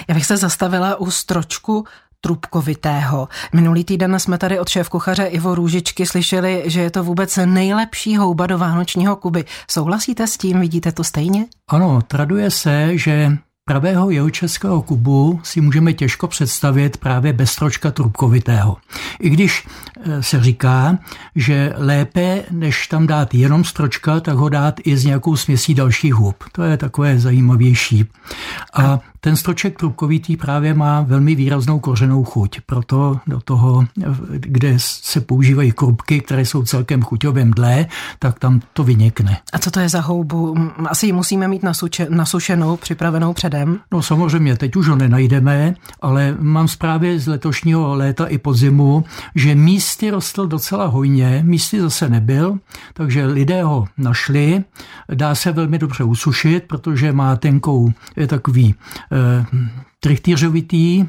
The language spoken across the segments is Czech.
Já bych se zastavila u stročku trubkovitého. Minulý týden jsme tady od šéfkuchaře Ivo Růžičky slyšeli, že je to vůbec nejlepší houba do vánočního kuby. Souhlasíte s tím? Vidíte to stejně? Ano, traduje se, že pravého jihočeského kubu si můžeme těžko představit právě bez stročka trubkovitého. I když se říká, že lépe, než tam dát jenom stročka, tak ho dát i s nějakou směsí dalších hub. To je takové zajímavější. A ten stroček trubkovitý právě má velmi výraznou kořenou chuť. Proto do toho, kde se používají krupky, které jsou celkem chuťově mdlé, tak tam to vynikne. A co to je za houbu? Asi ji musíme mít nasušenou, připravenou předem? No samozřejmě, teď už ho nenajdeme, ale mám zprávy z letošního léta i podzimu, že místy rostl docela hojně, místy zase nebyl, takže lidé ho našli. Dá se velmi dobře usušit, protože má tenkou, je takový trichtýřovitý,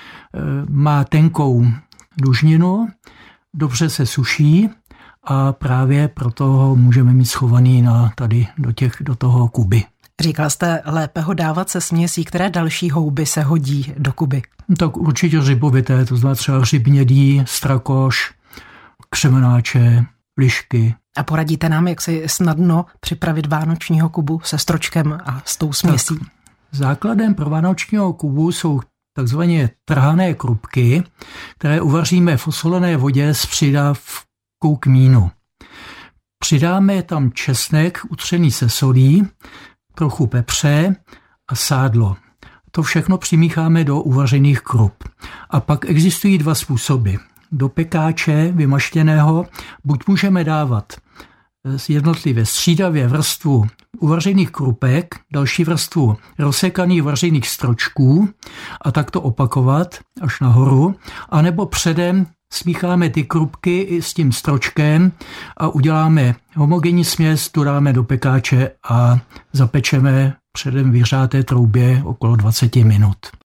má tenkou dužninu, dobře se suší a právě proto ho můžeme mít schovaný tady do toho kuby. Říkal jste, lépe ho dávat se směsí, které další houby se hodí do kuby? Tak určitě hřibovité, to znamená třeba hřib hnědý, strakoš, křemenáče, lišky. A poradíte nám, jak si snadno připravit vánočního kubu se stročkem a s tou směsí? Tak, základem pro vánočního kubu jsou takzvané trhané krupky, které uvaříme v osolené vodě s přidávkou kmínu. Přidáme tam česnek utřený se solí, trochu pepře a sádlo. To všechno přimícháme do uvařených krup. A pak existují dva způsoby. Do pekáče vymaštěného buď můžeme dát jednotlivě střídavě vrstvu uvařených krupek, další vrstvu rozsekaných vařených stročků a tak to opakovat až nahoru, anebo předem smícháme ty krupky i s tím stročkem a uděláme homogenní směs, tu dáme do pekáče a zapečeme předem vyhřáté troubě okolo 20 minut.